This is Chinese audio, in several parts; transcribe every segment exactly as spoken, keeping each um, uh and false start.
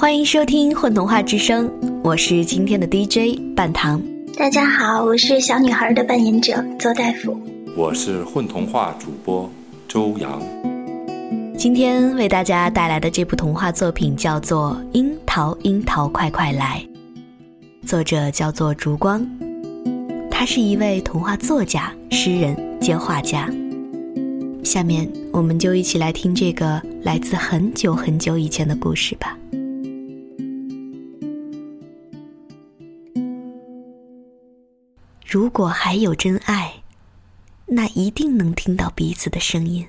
欢迎收听混童话之声，我是今天的 D J 半糖。 大家好，我是小女孩的扮演者邹大夫。 我是混童话主播周洋。 今天为大家带来的这部童话作品叫做《樱桃樱桃快快来》，作者叫做烛光，他是一位童话作家、诗人兼画家。下面我们就一起来听这个来自很久很久以前的故事吧。如果还有真爱，那一定能听到彼此的声音。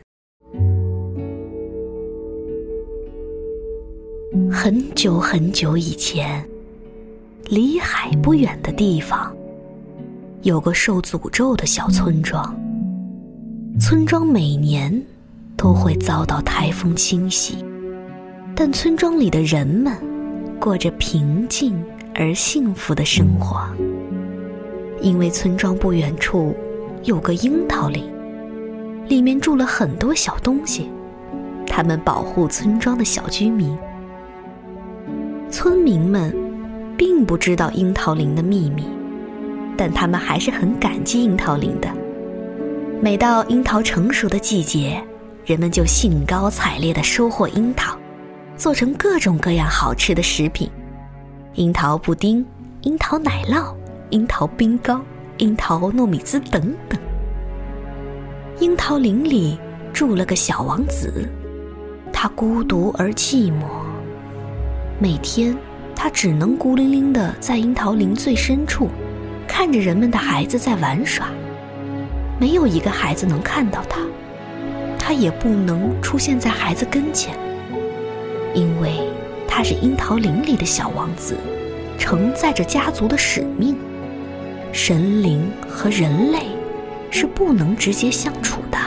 很久很久以前，离海不远的地方，有个受诅咒的小村庄。村庄每年都会遭到台风侵袭，但村庄里的人们过着平静而幸福的生活。因为村庄不远处有个樱桃林，里面住了很多小东西，他们保护村庄的小居民。村民们并不知道樱桃林的秘密，但他们还是很感激樱桃林的。每到樱桃成熟的季节，人们就兴高采烈地收获樱桃，做成各种各样好吃的食品，樱桃布丁、樱桃奶酪、樱桃冰糕、樱桃糯米糍等等。樱桃林里住了个小王子，他孤独而寂寞，每天他只能孤零零地在樱桃林最深处看着人们的孩子在玩耍，没有一个孩子能看到他，他也不能出现在孩子跟前，因为他是樱桃林里的小王子，承载着家族的使命。神灵和人类是不能直接相处的。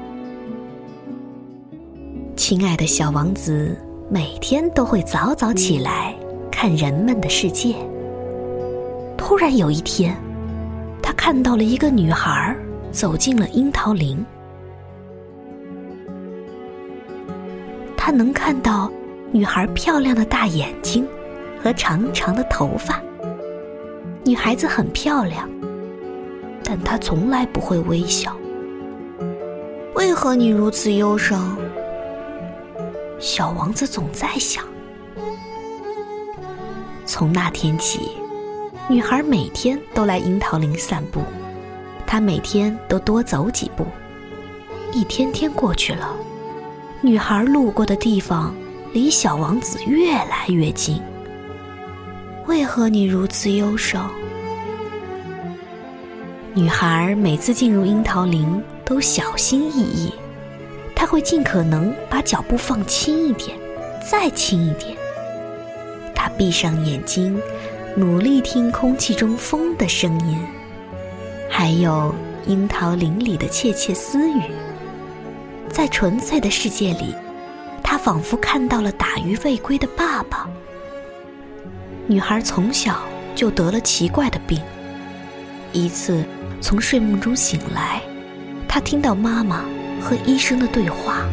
亲爱的小王子每天都会早早起来看人们的世界。突然有一天，他看到了一个女孩走进了樱桃林。他能看到女孩漂亮的大眼睛和长长的头发。女孩子很漂亮，但她从来不会微笑。为何你如此忧伤？小王子总在想。从那天起，女孩每天都来樱桃林散步，她每天都多走几步。一天天过去了，女孩路过的地方离小王子越来越近。为何你如此忧伤？女孩每次进入樱桃林都小心翼翼，她会尽可能把脚步放轻一点，再轻一点。她闭上眼睛，努力听空气中风的声音，还有樱桃林里的窃窃私语。在纯粹的世界里，她仿佛看到了打鱼未归的爸爸。女孩从小就得了奇怪的病。一次从睡梦中醒来，她听到妈妈和医生的对话。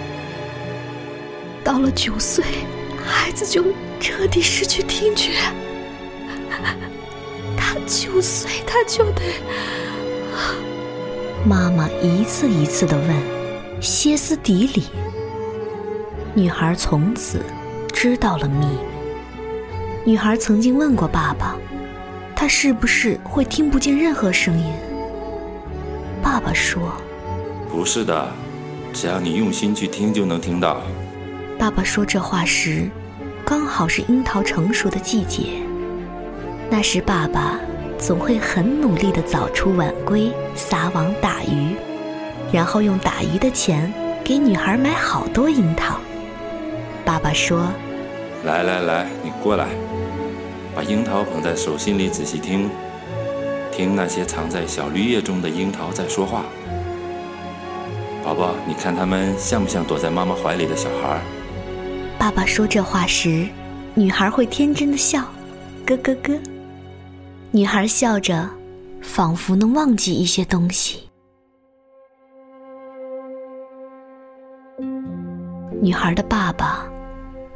到了九岁，孩子就彻底失去听觉。他九岁他就得……妈妈一次一次地问，歇斯底里。女孩从此知道了秘密。女孩曾经问过爸爸，她是不是会听不见任何声音？爸爸说， 不是的，只要你用心去听就能听到。 爸爸说这话时，刚好是樱桃成熟的季节。那时爸爸总会很努力地早出晚归，撒网打鱼，然后用打鱼的钱给女孩买好多樱桃。爸爸说， 来来来，你过来，把樱桃捧在手心里，仔细听，听那些藏在小绿叶中的樱桃在说话。宝宝，你看它们像不像躲在妈妈怀里的小孩？ 爸爸说这话时，女孩会天真的笑，咯咯咯。女孩笑着，仿佛能忘记一些东西。女孩的爸爸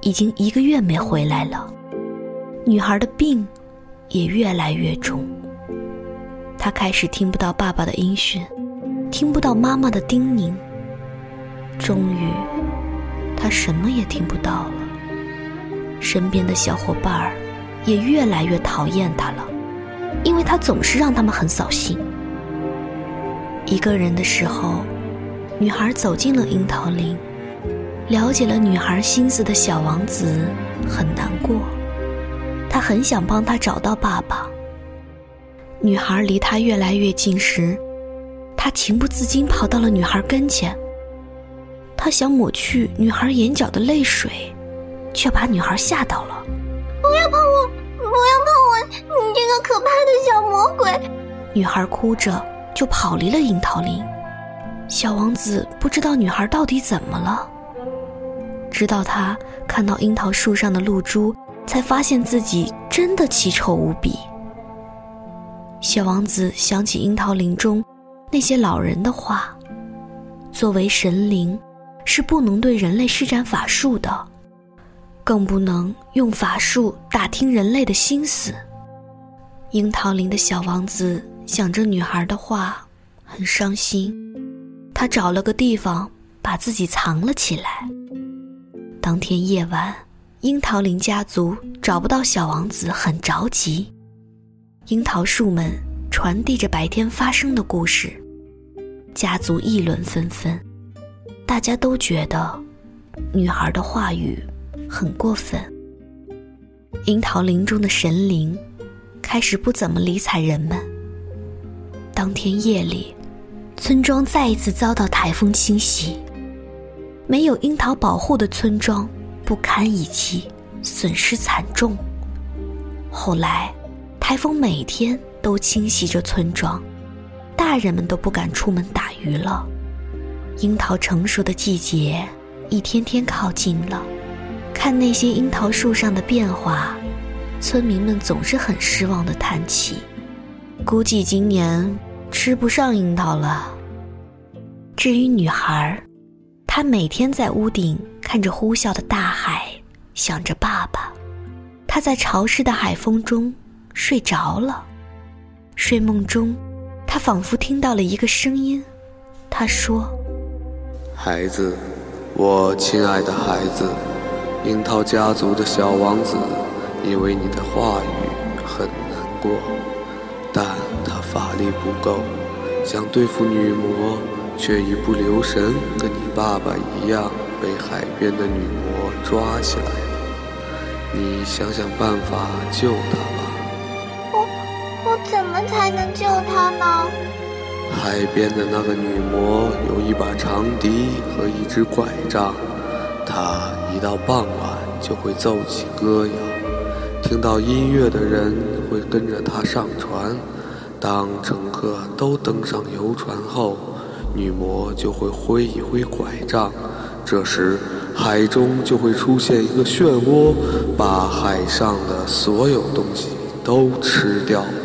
已经一个月没回来了，女孩的病也越来越重。她开始听不到爸爸的音讯，听不到妈妈的叮咛，终于她什么也听不到了。身边的小伙伴儿也越来越讨厌她了，因为她总是让他们很扫兴。一个人的时候，女孩走进了樱桃林，了解了女孩心思的小王子很难过，他很想帮她找到爸爸。女孩离他越来越近时，他情不自禁跑到了女孩跟前，他想抹去女孩眼角的泪水，却把女孩吓到了。 不要碰我，不要碰我，你这个可怕的小魔鬼！ 女孩哭着就跑离了樱桃林。小王子不知道女孩到底怎么了，直到他看到樱桃树上的露珠，才发现自己真的奇丑无比。小王子想起樱桃林中那些老人的话，作为神灵，是不能对人类施展法术的，更不能用法术打听人类的心思。樱桃林的小王子想着女孩的话，很伤心。他找了个地方把自己藏了起来。当天夜晚，樱桃林家族找不到小王子，很着急。樱桃树们传递着白天发生的故事，家族议论纷纷，大家都觉得女孩的话语很过分。樱桃林中的神灵开始不怎么理睬人们。当天夜里，村庄再一次遭到台风侵袭，没有樱桃保护的村庄不堪一击，损失惨重。后来台风每天都侵袭着村庄，大人们都不敢出门打鱼了。樱桃成熟的季节一天天靠近了，看那些樱桃树上的变化，村民们总是很失望地叹气，估计今年吃不上樱桃了。至于女孩，她每天在屋顶看着呼啸的大海，想着爸爸。她在潮湿的海风中睡着了，睡梦中她仿佛听到了一个声音，她说： 孩子，我亲爱的孩子，樱桃家族的小王子因为你的话语很难过，但他法力不够，想对付女魔，却一不留神跟你爸爸一样被海边的女魔抓起来了。你想想办法救他吧。 我我怎么才能救他呢？ 海边的那个女魔有一把长笛和一只拐杖，她一到傍晚就会奏起歌谣，听到音乐的人会跟着她上船。当乘客都登上游船后，女魔就会挥一挥拐杖，这时海中就会出现一个漩涡，把海上的所有东西都吃掉了。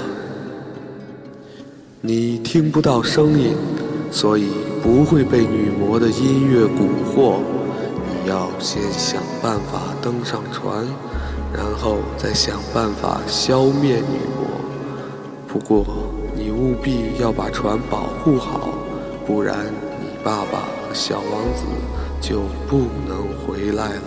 你听不到声音，所以不会被女魔的音乐蛊惑。你要先想办法登上船，然后再想办法消灭女魔。不过你务必要把船保护好，不然你爸爸和小王子就不能回来了。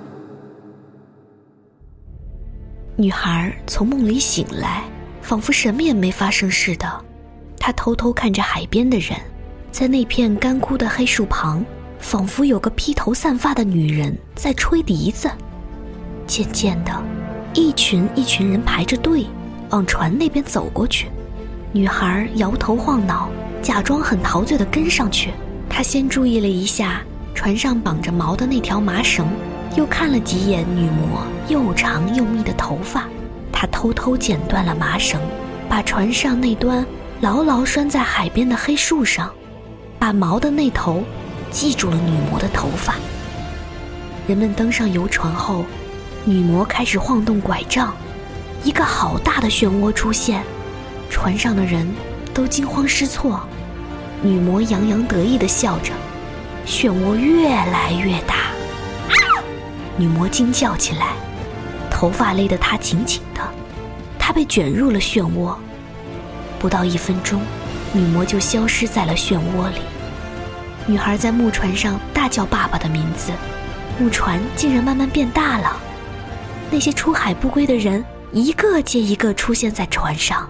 女孩从梦里醒来，仿佛什么也没发生似的。她偷偷看着海边的人，在那片干枯的黑树旁，仿佛有个披头散发的女人在吹笛子。渐渐的，一群一群人排着队往船那边走过去。女孩摇头晃脑，假装很陶醉地跟上去。她先注意了一下船上绑着毛的那条麻绳，又看了几眼女魔又长又密的头发。她偷偷剪断了麻绳，把船上那端牢牢拴在海边的黑树上，把毛的那头系住了女魔的头发。人们登上游船后，女魔开始晃动拐杖，一个好大的漩涡出现，船上的人都惊慌失措。女魔洋洋得意地笑着，漩涡越来越大。 女魔惊叫起来，头发勒得她紧紧的，她被卷入了漩涡。不到一分钟，女魔就消失在了漩涡里。女孩在木船上大叫爸爸的名字，木船竟然慢慢变大了。那些出海不归的人一个接一个出现在船上。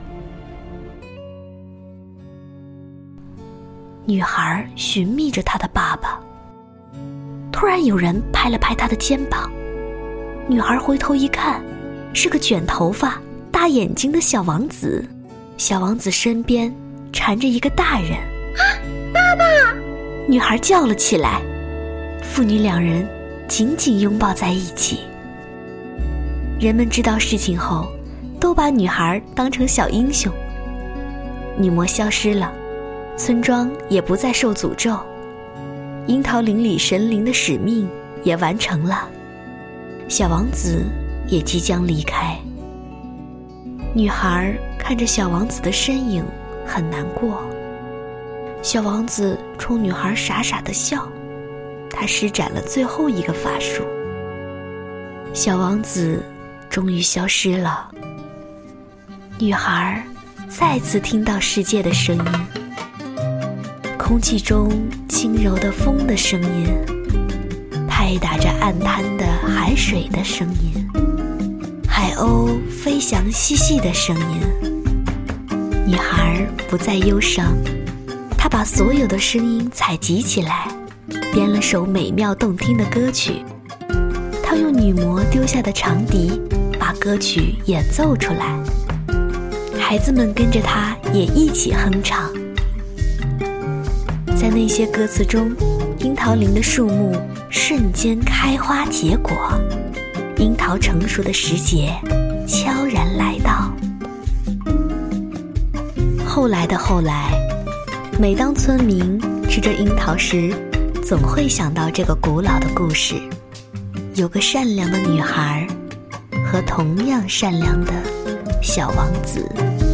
女孩寻觅着她的爸爸，突然有人拍了拍她的肩膀。女孩回头一看，是个卷头发、大眼睛的小王子。小王子身边缠着一个大人。 啊，爸爸！ 女孩叫了起来。父女两人紧紧拥抱在一起。人们知道事情后，都把女孩当成小英雄。女魔消失了，村庄也不再受诅咒，樱桃林里神灵的使命也完成了，小王子也即将离开。女孩看着小王子的身影，很难过。小王子冲女孩傻傻地笑，他施展了最后一个法术。小王子终于消失了。女孩再次听到世界的声音，空气中轻柔的风的声音，拍打着暗滩的海水的声音，海鸥飞翔嬉戏的声音。女孩不再忧伤，她把所有的声音采集起来，编了首美妙动听的歌曲。她用女魔丢下的长笛把歌曲演奏出来，孩子们跟着她也一起哼唱。在那些歌词中，樱桃林的树木瞬间开花结果，樱桃成熟的时节悄然来到。后来的后来，每当村民吃着樱桃时，总会想到这个古老的故事。有个善良的女孩和同样善良的小王子。